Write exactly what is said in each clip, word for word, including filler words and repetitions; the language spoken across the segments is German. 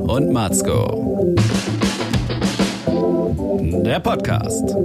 und Matzko. Der Podcast.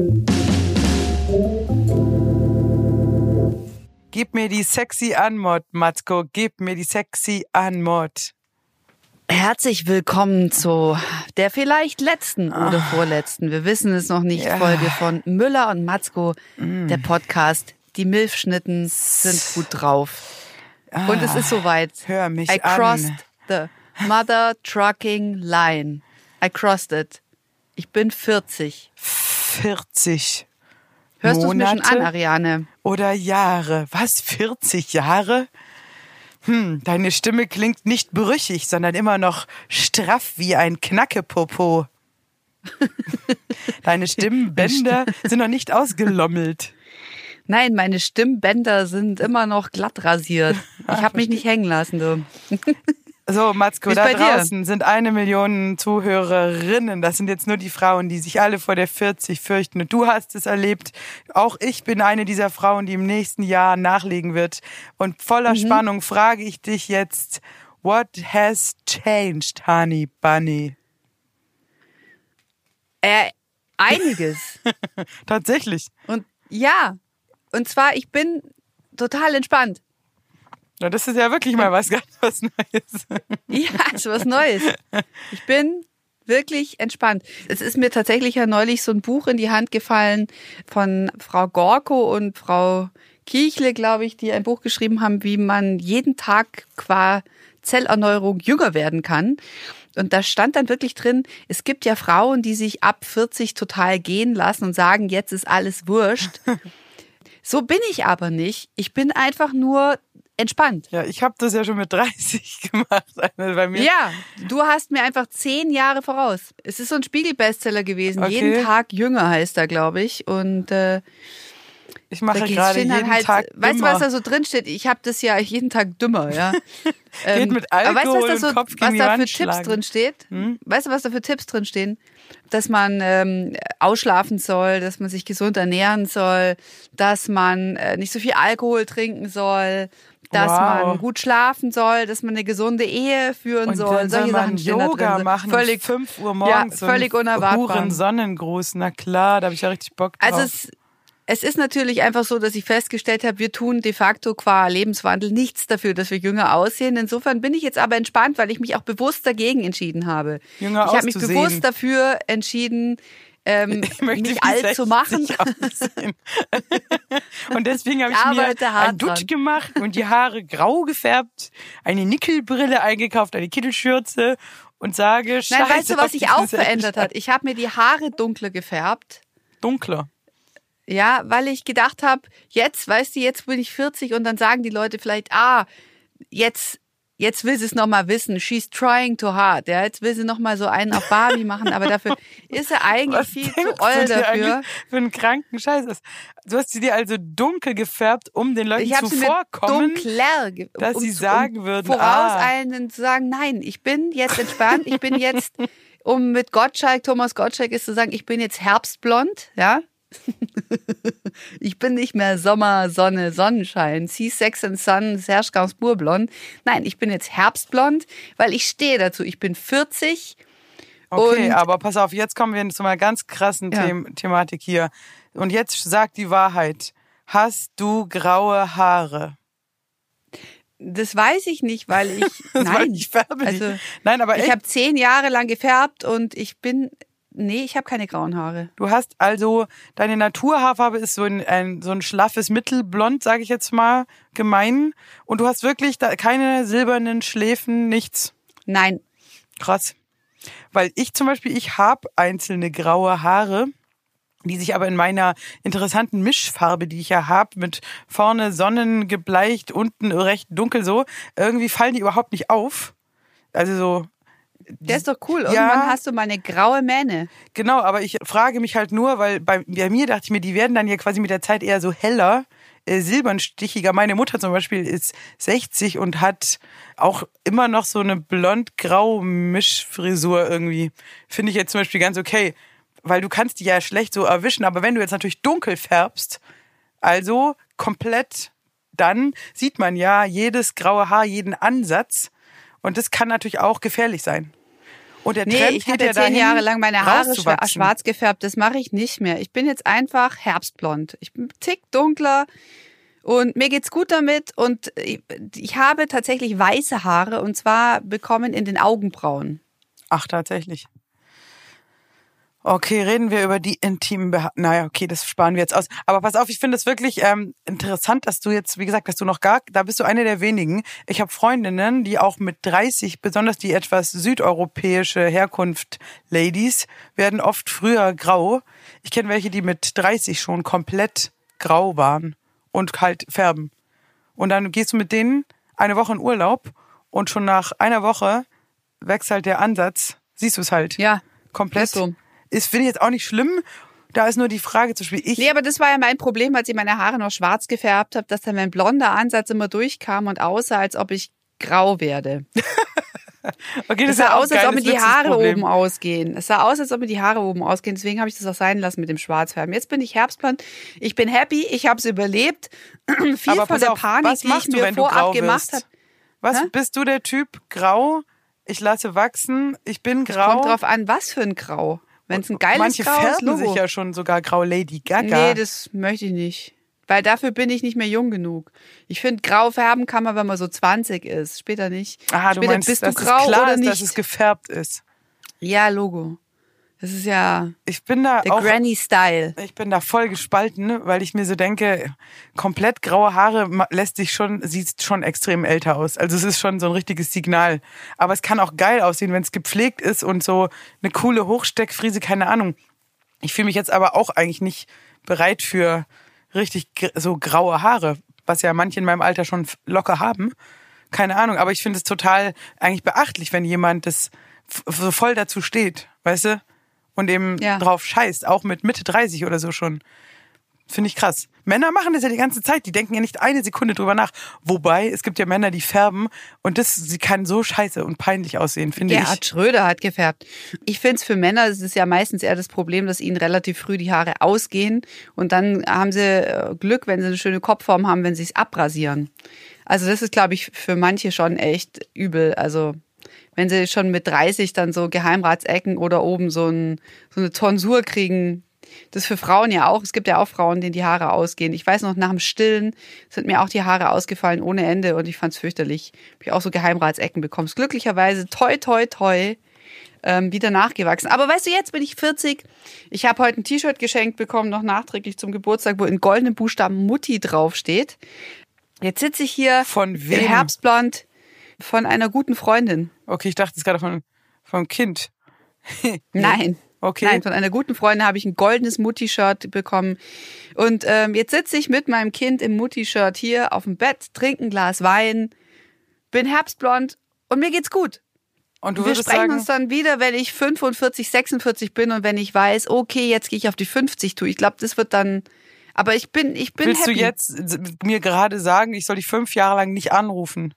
Gib mir die sexy Anmod, Matzko. Gib mir die sexy Anmod. Herzlich willkommen zu der vielleicht letzten oder Ah. vorletzten, wir wissen es noch nicht, Ja. Folge von Müller und Matzko, Mm. der Podcast. Die Milfschnitten sind gut drauf. Und es ist soweit. Hör mich I an. crossed the mother trucking line. I crossed it. Ich bin vierzig. vierzig Hörst du es mir schon Monate an, Ariane? oder Jahre? Was, vierzig Jahre? Hm, deine Stimme klingt nicht brüchig, sondern immer noch straff wie ein Knackepopo. Deine Stimmbänder sind noch nicht ausgelommelt. Nein, meine Stimmbänder sind immer noch glatt rasiert. Ich habe mich nicht hängen lassen, du. So, Matzko, Wie ist da bei dir? draußen sind eine Million Zuhörerinnen. Das sind jetzt nur die Frauen, die sich alle vor der vierzig fürchten. Und du hast es erlebt. Auch ich bin eine dieser Frauen, die im nächsten Jahr nachlegen wird. Und voller Mhm. Spannung frage ich dich jetzt, what has changed, Honey Bunny? Äh, einiges. Tatsächlich. Und ja, und zwar, ich bin total entspannt. Na, das ist ja wirklich mal was ganz was Neues. Ja, ist was Neues. Ich bin wirklich entspannt. Es ist mir tatsächlich ja neulich so ein Buch in die Hand gefallen von Frau Gorko und Frau Kiechle, glaube ich, die ein Buch geschrieben haben, wie man jeden Tag qua Zellerneuerung jünger werden kann. Und da stand dann wirklich drin, es gibt ja Frauen, die sich ab vierzig total gehen lassen und sagen, jetzt ist alles wurscht. So bin ich aber nicht. Ich bin einfach nur entspannt. Ja, ich habe das ja schon mit dreißig gemacht. Also bei mir. Ja, du hast mir einfach zehn Jahre voraus. Es ist so ein Spiegel-Bestseller gewesen. Okay. Jeden Tag jünger heißt er, glaube ich. Und äh, Ich mache da gerade stehen dann jeden halt, Tag weißt du, dümmer. was da so drin steht? Ich habe das ja jeden Tag dümmer, ja. Geht mit aber weißt du, Alkohol was da, und so, Kopf gegen was die da für Wand Tipps schlagen. drin steht? Hm? Weißt du, was da für Tipps drin stehen? Dass man ähm, ausschlafen soll, dass man sich gesund ernähren soll, dass man äh, nicht so viel Alkohol trinken soll, dass Wow. man gut schlafen soll, dass man eine gesunde Ehe führen Und soll. dann soll Solche man Sachen stehen da Yoga drin. machen, Völlig, fünf Uhr morgens. ja, völlig und unerwartbar. Huren Sonnengruß, na klar, da habe ich ja richtig Bock drauf. Also es, es ist natürlich einfach so, dass ich festgestellt habe, wir tun de facto qua Lebenswandel nichts dafür, dass wir jünger aussehen. Insofern bin ich jetzt aber entspannt, weil ich mich auch bewusst dagegen entschieden habe. Jünger ich habe mich auszusehen. bewusst dafür entschieden, ähm, Ich möchte nicht wie alt zu machen. sechzig aussehen. Und deswegen habe ich Arbeite mir hart ein Dutt dran. gemacht und die Haare grau gefärbt, eine Nickelbrille eingekauft, eine Kittelschürze und sage, Nein, scheiße weißt du, auf was sich diese auch verändert Gesellschaft. hat? Ich habe mir die Haare dunkler gefärbt. Dunkler. Ja, weil ich gedacht habe, jetzt, weißt du, jetzt bin ich vierzig und dann sagen die Leute vielleicht, ah, jetzt, jetzt will sie es nochmal wissen, she's trying too hard. Ja, jetzt will sie nochmal so einen auf Barbie machen, aber dafür ist sie eigentlich Was viel denkst zu oll du dir dafür. eigentlich für einen kranken Scheiß? Du hast sie dir also dunkel gefärbt, um den Leuten Ich habe sie mir zuvorkommen, dunkler, ge- dass um, sie sagen würden, vorauseilen zu sagen, nein, ich bin jetzt entspannt, ich bin jetzt, um mit Gottschalk, Thomas Gottschalk ist zu sagen, ich bin jetzt herbstblond, ja. Ich bin nicht mehr Sommer, Sonne, Sonnenschein, See Sex and Sun, Serge Gainsbourg blond. Nein, ich bin jetzt herbstblond, weil ich stehe dazu. Ich bin vierzig. Okay, und aber pass auf, jetzt kommen wir zu einer ganz krassen Ja. The- Thematik hier. Und jetzt sag die Wahrheit. Hast du graue Haare? das weiß ich nicht, weil ich, Das war nein, ich färbe die. also Nein, aber ich echt, habe zehn Jahre lang gefärbt und ich bin, nee, ich habe keine grauen Haare. du hast also, deine Naturhaarfarbe ist so ein, ein, so ein schlaffes Mittelblond, sage ich jetzt mal, gemein. Und du hast wirklich da keine silbernen Schläfen, nichts. Nein, Krass. Weil ich zum Beispiel, ich habe einzelne graue Haare, die sich aber in meiner interessanten Mischfarbe, die ich ja habe, mit vorne sonnengebleicht, unten recht dunkel so, irgendwie fallen die überhaupt nicht auf. Also so, der ist doch cool. Ja. Irgendwann hast du mal eine graue Mähne. genau, aber ich frage mich halt nur, weil bei, bei mir dachte ich mir, die werden dann ja quasi mit der Zeit eher so heller, äh, silbernstichiger. Meine Mutter zum Beispiel ist sechzig und hat auch immer noch so eine blond-grau Mischfrisur irgendwie. Finde ich jetzt zum Beispiel ganz okay. Weil du kannst die ja schlecht so erwischen, aber wenn du jetzt natürlich dunkel färbst, also komplett, dann sieht man ja jedes graue Haar, jeden Ansatz und das kann natürlich auch gefährlich sein. Und der Nee, Trend ich geht hatte ja zehn dahin, Jahre lang meine Haare schwa- rauszuwachsen. schwarz gefärbt. Das mache ich nicht mehr. Ich bin jetzt einfach herbstblond. Ich bin ein Tick dunkler und mir geht's gut damit. Und ich, ich habe tatsächlich weiße Haare und zwar bekommen in den Augenbrauen. Ach, tatsächlich. Okay, reden wir über die intimen Beha- Naja, okay, das sparen wir jetzt aus. Aber pass auf, ich finde es wirklich ähm, interessant, dass du jetzt, wie gesagt, dass du noch gar, da bist du eine der wenigen. Ich habe Freundinnen, die auch mit dreißig, besonders die etwas südeuropäische Herkunft Ladies, werden oft früher grau. Ich kenne welche, die mit dreißig schon komplett grau waren und halt färben. Und dann gehst du mit denen eine Woche in Urlaub und schon nach einer Woche wächst halt der Ansatz, siehst du es halt. Ja, Komplett. ist so. Ist, finde ich jetzt auch nicht schlimm. Da ist nur die Frage, zum Beispiel ich. Nee, aber das war ja mein Problem, als ich meine Haare noch schwarz gefärbt habe, dass dann mein blonder Ansatz immer durchkam und aussah, als ob ich grau werde. Okay, Es das sah ist aus, als ob mir die Haare Luxusproblem. oben ausgehen. Es sah aus, als ob mir die Haare oben ausgehen. Deswegen habe ich das auch sein lassen mit dem Schwarzfärben. Jetzt bin ich herbstblond. Ich bin happy. Ich habe es überlebt. Viel Aber von pass der auf, Panik, was die machst ich du, mir wenn du vorab grau gemacht wirst? habe. Was, Hä? bist du der Typ grau? Ich lasse wachsen. Ich bin grau. Kommt drauf an, was für ein Grau. Wenn es ein geiles Manche Grau ist, färben Logo. sich ja schon sogar grau. Lady Gaga. Nee, das möchte ich nicht. Weil dafür bin ich nicht mehr jung genug. Ich finde, grau färben kann man, wenn man so zwanzig ist. Später nicht. Aha, du Später meinst, bist dass du es grau klar oder ist, nicht. dass es gefärbt ist. Ja, Logo. Das ist ja Ich bin da der auch, Granny-Style. ich bin da voll gespalten, weil ich mir so denke, komplett graue Haare ma- lässt sich schon, sieht schon extrem älter aus. Also es ist schon so ein richtiges Signal. Aber es kann auch geil aussehen, wenn es gepflegt ist und so eine coole Hochsteckfrise, keine Ahnung. Ich fühle mich jetzt aber auch eigentlich nicht bereit für richtig gr- so graue Haare, was ja manche in meinem Alter schon f- locker haben. Keine Ahnung, aber ich finde es total eigentlich beachtlich, wenn jemand das f- so voll dazu steht, weißt du? Und eben Ja. drauf scheißt, auch mit Mitte dreißig oder so schon. Finde ich krass. Männer machen das ja die ganze Zeit, die denken ja nicht eine Sekunde drüber nach. Wobei, es gibt ja Männer, die färben und das, sie kann so scheiße und peinlich aussehen, finde ich. Gerhard Schröder hat gefärbt. Ich finde es für Männer, es ist ja meistens eher das Problem, dass ihnen relativ früh die Haare ausgehen und dann haben sie äh, Glück, wenn sie eine schöne Kopfform haben, wenn sie es abrasieren. Also das ist, glaube ich, für manche schon echt übel. Also wenn sie schon mit dreißig dann so Geheimratsecken oder oben so, ein, so eine Tonsur kriegen. Das ist für Frauen ja auch. Es gibt ja auch Frauen, denen die Haare ausgehen. Ich weiß noch, nach dem Stillen sind mir auch die Haare ausgefallen ohne Ende und ich fand es fürchterlich. Habe ich auch so Geheimratsecken bekommen. Glücklicherweise toi, toi, toi ähm, wieder nachgewachsen. Aber weißt du, jetzt bin ich vierzig. Ich habe heute ein T-Shirt geschenkt bekommen, noch nachträglich zum Geburtstag, wo in goldenen Buchstaben Mutti draufsteht. Jetzt sitze ich hier Von im wem? Herbstblond von einer guten Freundin. Okay, ich dachte es gerade von vom Kind. Nein. Okay. Nein, von einer guten Freundin habe ich ein goldenes Mutti-Shirt bekommen. Und ähm, jetzt sitze ich mit meinem Kind im Mutti-Shirt hier auf dem Bett, trinke ein Glas Wein, bin herbstblond und mir geht's gut. Und du Wir würdest sprechen sagen, uns dann wieder, wenn ich fünfundvierzig, sechsundvierzig bin und wenn ich weiß, okay, jetzt gehe ich auf die fünfzig zu. Ich glaube, das wird dann. Aber ich bin, ich bin willst happy. du jetzt mir gerade sagen, ich soll dich fünf Jahre lang nicht anrufen?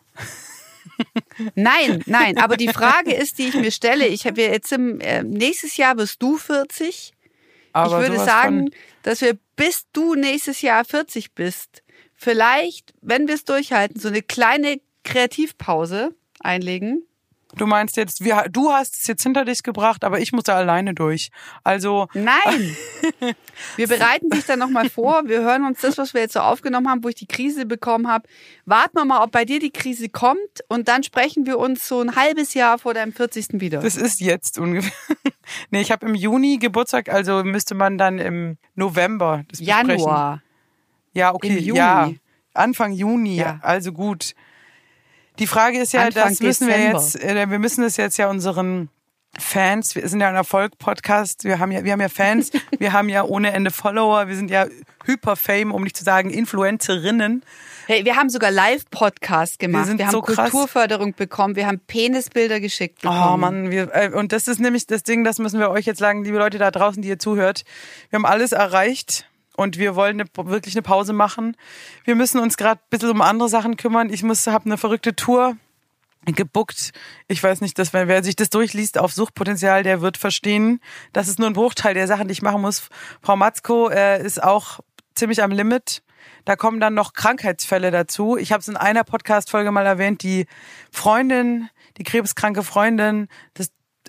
Nein, nein. Aber die Frage ist, die ich mir stelle, ich habe jetzt im äh, nächstes Jahr wirst du vierzig. Aber ich würde sowas sagen, von- dass wir bis du nächstes Jahr vierzig bist, vielleicht, wenn wir es durchhalten, so eine kleine Kreativpause einlegen. Du meinst jetzt, wir, du hast es jetzt hinter dich gebracht, aber ich muss da alleine durch. Also, Nein! Wir bereiten dich dann nochmal vor. Wir hören uns das, was wir jetzt so aufgenommen haben, wo ich die Krise bekommen habe. Warten wir mal, ob bei dir die Krise kommt und dann sprechen wir uns so ein halbes Jahr vor deinem vierzigsten wieder. das ist jetzt ungefähr. Nee, ich habe im Juni Geburtstag, also müsste man dann im November das besprechen. Januar. Ja, okay, Im Juni. ja. Anfang Juni, Ja. also gut. Die Frage ist ja, Anfang das müssen wir Dezember. jetzt, äh, wir müssen das jetzt ja unseren Fans, wir sind ja ein Erfolg-Podcast, wir haben ja, wir haben ja Fans, wir haben ja ohne Ende Follower, wir sind ja Hyperfame, um nicht zu sagen Influencerinnen. Hey, wir haben sogar Live-Podcasts gemacht. sind Wir haben so krass. Kulturförderung bekommen. Wir haben Penisbilder geschickt bekommen. Oh Mann, wir, äh, und das ist nämlich das Ding, das müssen wir euch jetzt sagen, liebe Leute da draußen, die ihr zuhört. Wir haben alles erreicht und wir wollen eine, wirklich eine Pause machen. Wir müssen uns gerade ein bisschen um andere Sachen kümmern. Ich muss, habe eine verrückte Tour gebuckt. Ich weiß nicht, dass, wer, wer sich das durchliest auf Suchtpotenzial, der wird verstehen, das ist nur ein Bruchteil der Sachen, die ich machen muss. Frau Matzko äh, ist auch ziemlich am Limit. Da kommen dann noch Krankheitsfälle dazu. Ich habe es in einer Podcast-Folge mal erwähnt, die Freundin, die krebskranke Freundin des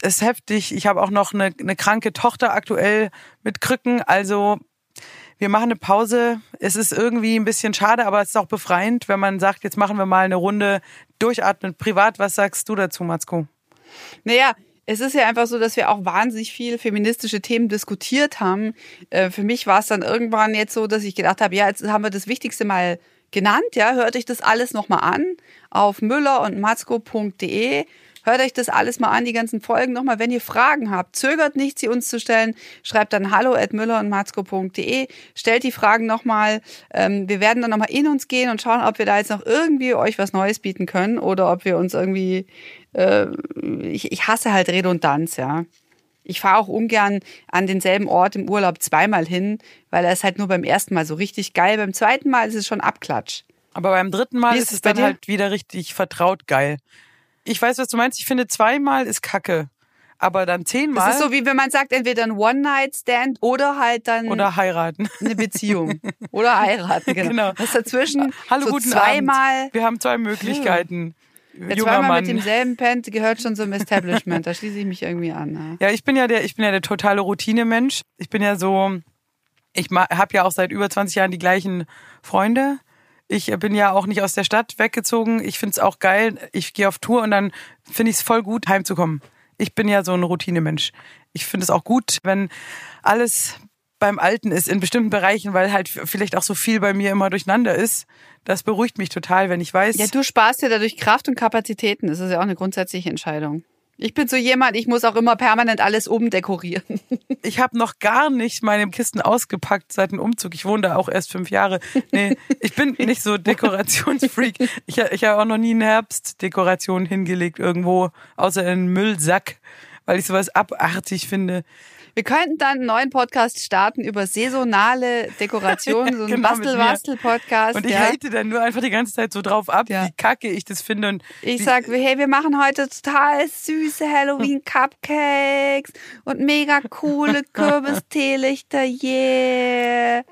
ist heftig. Ich habe auch noch eine, eine kranke Tochter aktuell mit Krücken. Also wir machen eine Pause. Es ist irgendwie ein bisschen schade, aber es ist auch befreiend, wenn man sagt, jetzt machen wir mal eine Runde durchatmen. Privat, was sagst du dazu, Matzko? Naja, es ist ja einfach so, dass wir auch wahnsinnig viel feministische Themen diskutiert haben. Äh, für mich war es dann irgendwann jetzt so, dass ich gedacht habe, ja, jetzt haben wir das Wichtigste mal genannt. Ja, hört euch das alles nochmal an auf müller und matzko punkt de. Hört euch das alles mal an, die ganzen Folgen nochmal. Wenn ihr Fragen habt, zögert nicht, sie uns zu stellen. Schreibt dann hallo at müller und matzko punkt de. Stellt die Fragen nochmal. Ähm, wir werden dann nochmal in uns gehen und schauen, ob wir da jetzt noch irgendwie euch was Neues bieten können oder ob wir uns irgendwie... Äh, ich, ich hasse halt Redundanz, ja. Ich fahre auch ungern an denselben Ort im Urlaub zweimal hin, weil er ist halt nur beim ersten Mal so richtig geil. Beim zweiten Mal ist es schon Abklatsch. Aber beim dritten Mal Wie ist ist es es bei dann dir? halt wieder richtig vertraut geil. Ich weiß, was du meinst. Ich finde, zweimal ist Kacke. Aber dann zehnmal... Das ist so, wie wenn man sagt, entweder ein One-Night-Stand oder halt dann oder heiraten. eine Beziehung. Oder heiraten, genau. Genau. Das dazwischen Hallo, so guten zweimal... Abend. Wir haben zwei Möglichkeiten. Ja, Junger zweimal Mann. mit demselben Pen gehört schon zum Establishment. Da schließe ich mich irgendwie an. Ne? Ja, ich bin ja der, ich bin ja der totale Routinemensch. Ich bin ja so, ich habe ja auch seit über zwanzig Jahren die gleichen Freunde. Ich bin ja auch nicht aus der Stadt weggezogen. Ich find's auch geil. Ich gehe auf Tour und dann finde ich es voll gut, heimzukommen. Ich bin ja so ein Routinemensch. Ich finde es auch gut, wenn alles beim Alten ist in bestimmten Bereichen, weil halt vielleicht auch so viel bei mir immer durcheinander ist. Das beruhigt mich total, wenn ich weiß... Ja, du sparst dir dadurch Kraft und Kapazitäten. Das ist ja auch eine grundsätzliche Entscheidung. Ich bin so jemand, ich muss auch immer permanent alles umdekorieren. Ich habe noch gar nicht meine Kisten ausgepackt seit dem Umzug. Ich wohne da auch erst fünf Jahre. Nee, ich bin nicht so Dekorationsfreak. Ich, ich habe auch noch nie eine Herbstdekoration hingelegt irgendwo, außer in einen Müllsack, weil ich sowas abartig finde. Wir könnten dann einen neuen Podcast starten über saisonale Dekorationen, so ein Genau, mit mir. Bastel-Bastel-Podcast. Und ich ja. hate dann nur einfach die ganze Zeit so drauf ab, Ja. wie kacke ich das finde. Und Ich wie, sag, hey, wir machen heute total süße Halloween-Cupcakes und mega coole Kürbis-Teelichter, yeah.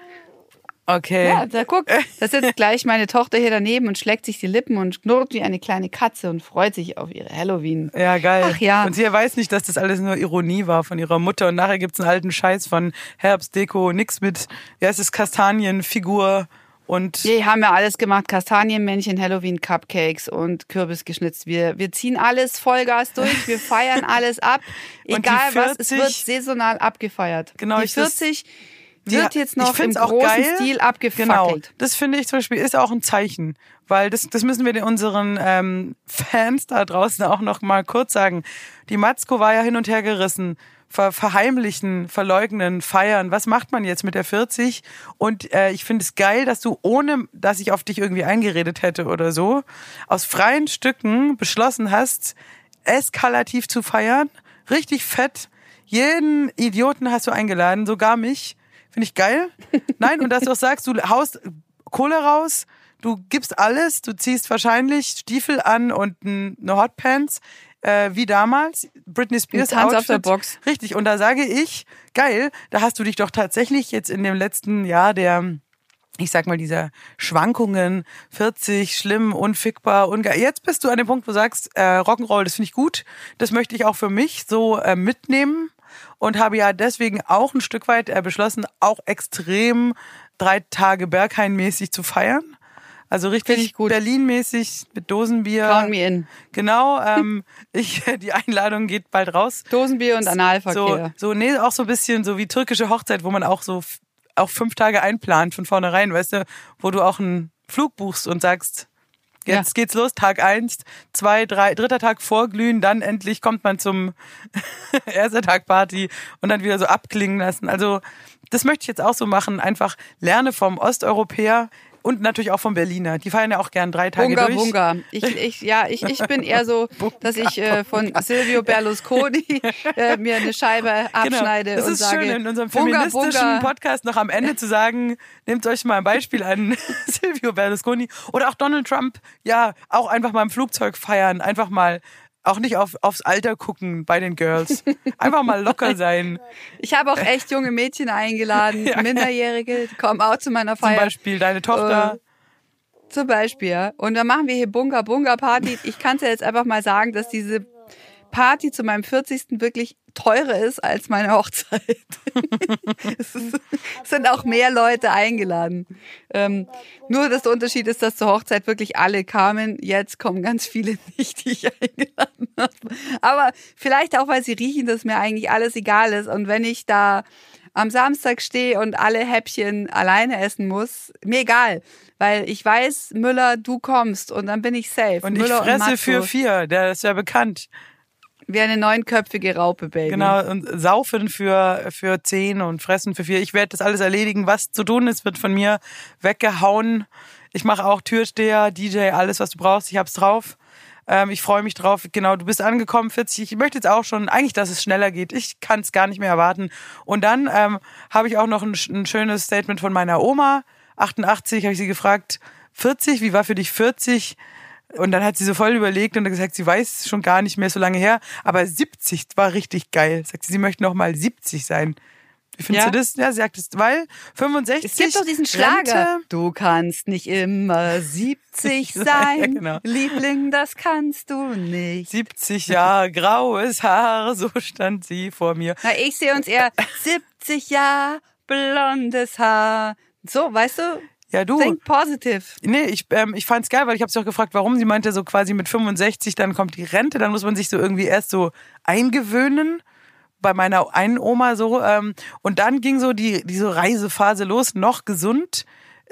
okay. Ja, da guck, da sitzt gleich meine Tochter hier daneben und schlägt sich die Lippen und knurrt wie eine kleine Katze und freut sich auf ihre Halloween. Ja, geil. Ach ja. Und sie weiß nicht, dass das alles nur Ironie war von ihrer Mutter. Und nachher gibt's einen alten Scheiß von Herbstdeko, nix mit, wie heißt es, Kastanienfigur und... Wir haben ja alles gemacht, Kastanienmännchen, Halloween-Cupcakes und Kürbis geschnitzt. Wir, wir ziehen alles Vollgas durch, wir feiern alles ab. Und die Egal was, es vierzig wird saisonal abgefeiert. Genau, die ich- das- vierzig wird Die- jetzt ich noch im find's auch großen geil. Stil abgefackelt. Genau, das finde ich zum Beispiel ist auch ein Zeichen, weil das, das müssen wir den unseren ähm, Fans da draußen auch noch mal kurz sagen. Die Matzko war ja hin und her gerissen, ver verheimlichen, verleugnen, feiern. Was macht man jetzt mit der vierzig? Und äh, ich finde es geil, dass du, ohne dass ich auf dich irgendwie eingeredet hätte oder so, aus freien Stücken beschlossen hast, eskalativ zu feiern, richtig fett. Jeden Idioten hast du eingeladen, sogar mich. Finde ich geil. Nein, und dass du auch sagst, du haust Kohle raus, du gibst alles, du ziehst wahrscheinlich Stiefel an und eine Hotpants, äh, wie damals, Britney Spears Tanz auf der Outfit. Box. Richtig, und da sage ich, geil, da hast du dich doch tatsächlich jetzt in dem letzten Jahr der, ich sag mal, dieser Schwankungen, vierzig, schlimm, unfickbar, ungeil. Jetzt bist du an dem Punkt, wo du sagst, äh, Rock'n'Roll, das finde ich gut, das möchte ich auch für mich so äh, mitnehmen. Und habe ja deswegen auch ein Stück weit äh, beschlossen, auch extrem drei Tage Berghain-mäßig zu feiern. Also Find richtig ich gut. Berlin-mäßig mit Dosenbier. Count me in. Genau, ähm, ich, die Einladung geht bald raus. Dosenbier und So, Analverkehr. so, nee, auch so ein bisschen so wie türkische Hochzeit, wo man auch so f- auch fünf Tage einplant von vornherein, weißt du, wo du auch einen Flug buchst und sagst, jetzt Ja. geht's los, Tag eins, zwei, drei, dritter Tag vorglühen, dann endlich kommt man zum erster Tag Party und dann wieder so abklingen lassen. Also das möchte ich jetzt auch so machen, einfach lerne vom Osteuropäer und natürlich auch vom Berliner. Die feiern ja auch gern drei Tage Bunga, durch. Bunga. Ich, ich, ja, ich, ich bin eher so, dass ich äh, von Silvio Berlusconi äh, mir eine Scheibe abschneide Genau. Das und ist sage, schön, in unserem Bunga, feministischen Bunga. Podcast noch am Ende zu sagen, nehmt euch mal ein Beispiel an Silvio Berlusconi oder auch Donald Trump. Ja, auch einfach mal im Flugzeug feiern, einfach mal auch nicht auf, aufs Alter gucken bei den Girls. Einfach mal locker sein. Ich habe auch echt junge Mädchen eingeladen, Ja. Minderjährige, die kommen auch zu meiner Zum Feier. Beispiel deine Tochter. Zum Beispiel, ja. Und dann machen wir hier Bunga Bunga Party. Ich kann es ja jetzt einfach mal sagen, dass diese Party zu meinem vierzigsten wirklich teurer ist als meine Hochzeit. Es ist, sind auch mehr Leute eingeladen. Ähm, nur, dass der Unterschied ist, dass zur Hochzeit wirklich alle kamen. Jetzt kommen ganz viele nicht, die ich eingeladen habe. Aber vielleicht auch, weil sie riechen, dass mir eigentlich alles egal ist. Und wenn ich da am Samstag stehe und alle Häppchen alleine essen muss, mir egal. Weil ich weiß, Müller, du kommst und dann bin ich safe. Und Müller ich fresse und für vier, der ist ja bekannt. Wie eine neunköpfige Raupe, Baby. Genau, und saufen für, für zehn und fressen für vier. Ich werde das alles erledigen, was zu tun ist, wird von mir weggehauen. Ich mache auch Türsteher, D J, alles, was du brauchst. Ich hab's drauf. Ähm, ich freue mich drauf. Genau, du bist angekommen, vierzig. Ich möchte jetzt auch schon, eigentlich, dass es schneller geht. Ich kann es gar nicht mehr erwarten. Und dann ähm, habe ich auch noch ein, ein schönes Statement von meiner Oma. achtundachtzig, habe ich sie gefragt, vierzig, wie war für dich vierzig? Und dann hat sie so voll überlegt und gesagt, sie weiß schon gar nicht mehr so lange her, aber siebzig war richtig geil. Sagt sie, sie möchte noch mal siebzig sein. Wie findest Ja? du das? Ja, sie sagt es, weil fünfundsechzig. Es gibt doch diesen Schlager. Rente. Du kannst nicht immer siebzig sein. Ja, genau. Liebling, das kannst du nicht. siebzig Jahre graues Haar, so stand sie vor mir. Na, ich sehe uns eher siebzig Jahre blondes Haar. So, weißt du? Ja, du. Think positive. Nee, ich, ähm, ich fand's geil, weil ich habe sie auch gefragt, warum. Sie meinte so quasi mit fünfundsechzig, dann kommt die Rente, dann muss man sich so irgendwie erst so eingewöhnen. Bei meiner einen Oma so. Ähm, und dann ging so die diese Reisephase los, noch gesund,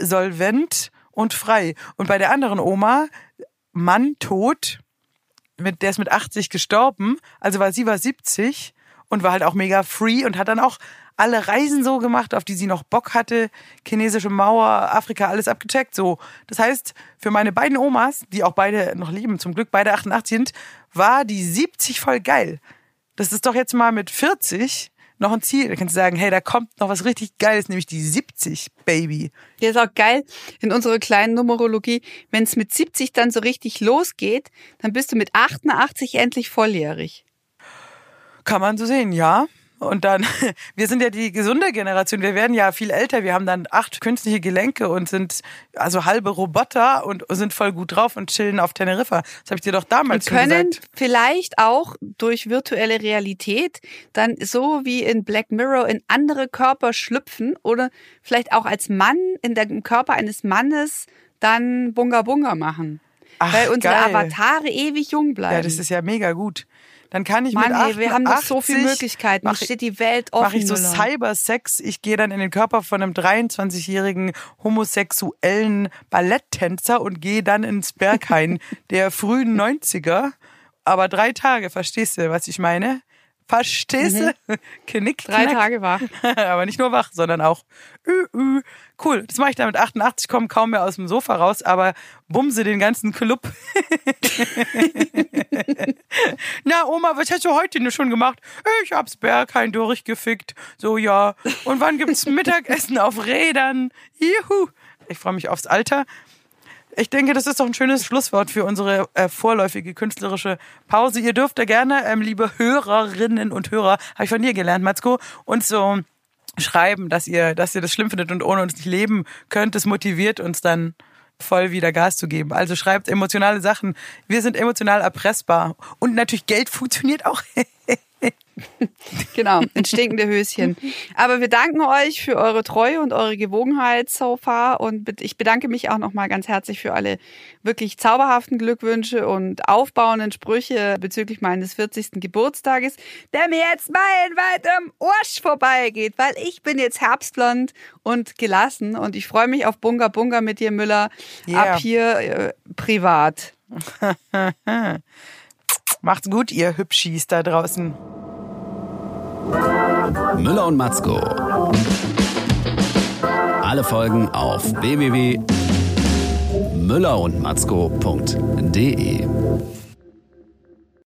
solvent und frei. Und bei der anderen Oma, Mann tot, mit, der ist mit achtzig gestorben, also war sie war siebzig und war halt auch mega free und hat dann auch alle Reisen so gemacht, auf die sie noch Bock hatte. Chinesische Mauer, Afrika, alles abgecheckt. So. Das heißt, für meine beiden Omas, die auch beide noch leben, zum Glück beide achtundachtzig sind, war die siebzig voll geil. Das ist doch jetzt mal mit vierzig noch ein Ziel. Da kannst du sagen, hey, da kommt noch was richtig Geiles, nämlich die siebzig, Baby. Der ist auch geil in unserer kleinen Numerologie. Wenn es mit siebzig dann so richtig losgeht, dann bist du mit achtundachtzig endlich volljährig. Kann man so sehen, ja. Und dann, wir sind ja die gesunde Generation, wir werden ja viel älter, wir haben dann acht künstliche Gelenke und sind also halbe Roboter und sind voll gut drauf und chillen auf Teneriffa. Das habe ich dir doch damals Wir schon können gesagt. vielleicht auch durch virtuelle Realität dann so wie in Black Mirror in andere Körper schlüpfen oder vielleicht auch als Mann in dem Körper eines Mannes dann Bunga Bunga machen. Ach, weil unsere geil. Avatare ewig jung bleiben. Ja, das ist ja mega gut. Dann kann ich Mann, mit ey, wir haben doch so viele achtundachtzig Möglichkeiten. mach Mir steht die Welt offen. Mache ich so Müller. Cybersex. Ich gehe dann in den Körper von einem dreiundzwanzigjährigen homosexuellen Balletttänzer und gehe dann ins Berghain der frühen neunziger. Aber drei Tage, verstehst du, was ich meine? Verstehst du? Mhm. Knick, Drei knack. Tage wach. Aber nicht nur wach, sondern auch ü, ü. Cool, das mache ich dann mit achtundachtzig, komme kaum mehr aus dem Sofa raus, aber bumse den ganzen Club. Na Oma, was hast du heute denn schon gemacht? Ich hab's Berghain durchgefickt. So, ja. Und wann gibt's Mittagessen auf Rädern? Juhu. Ich freue mich aufs Alter. Ich denke, das ist doch ein schönes Schlusswort für unsere äh, vorläufige künstlerische Pause. Ihr dürft da gerne, ähm, liebe Hörerinnen und Hörer, habe ich von dir gelernt, Matzko, uns so schreiben, dass ihr, dass ihr das schlimm findet und ohne uns nicht leben könnt. Das motiviert uns dann voll wieder Gas zu geben. Also schreibt emotionale Sachen. Wir sind emotional erpressbar. Und natürlich Geld funktioniert auch. Genau, in stinkende Höschen. Aber wir danken euch für eure Treue und eure Gewogenheit so far und ich bedanke mich auch nochmal ganz herzlich für alle wirklich zauberhaften Glückwünsche und aufbauenden Sprüche bezüglich meines vierzigsten Geburtstages, der mir jetzt meilenweit am Arsch vorbeigeht, weil ich bin jetzt herbstblond und gelassen und ich freue mich auf Bunga Bunga mit dir, Müller, Yeah. ab hier äh, privat. Macht's gut, ihr Hübschis da draußen. Müller und Matzko. Alle Folgen auf w w w punkt müller und matzko punkt de.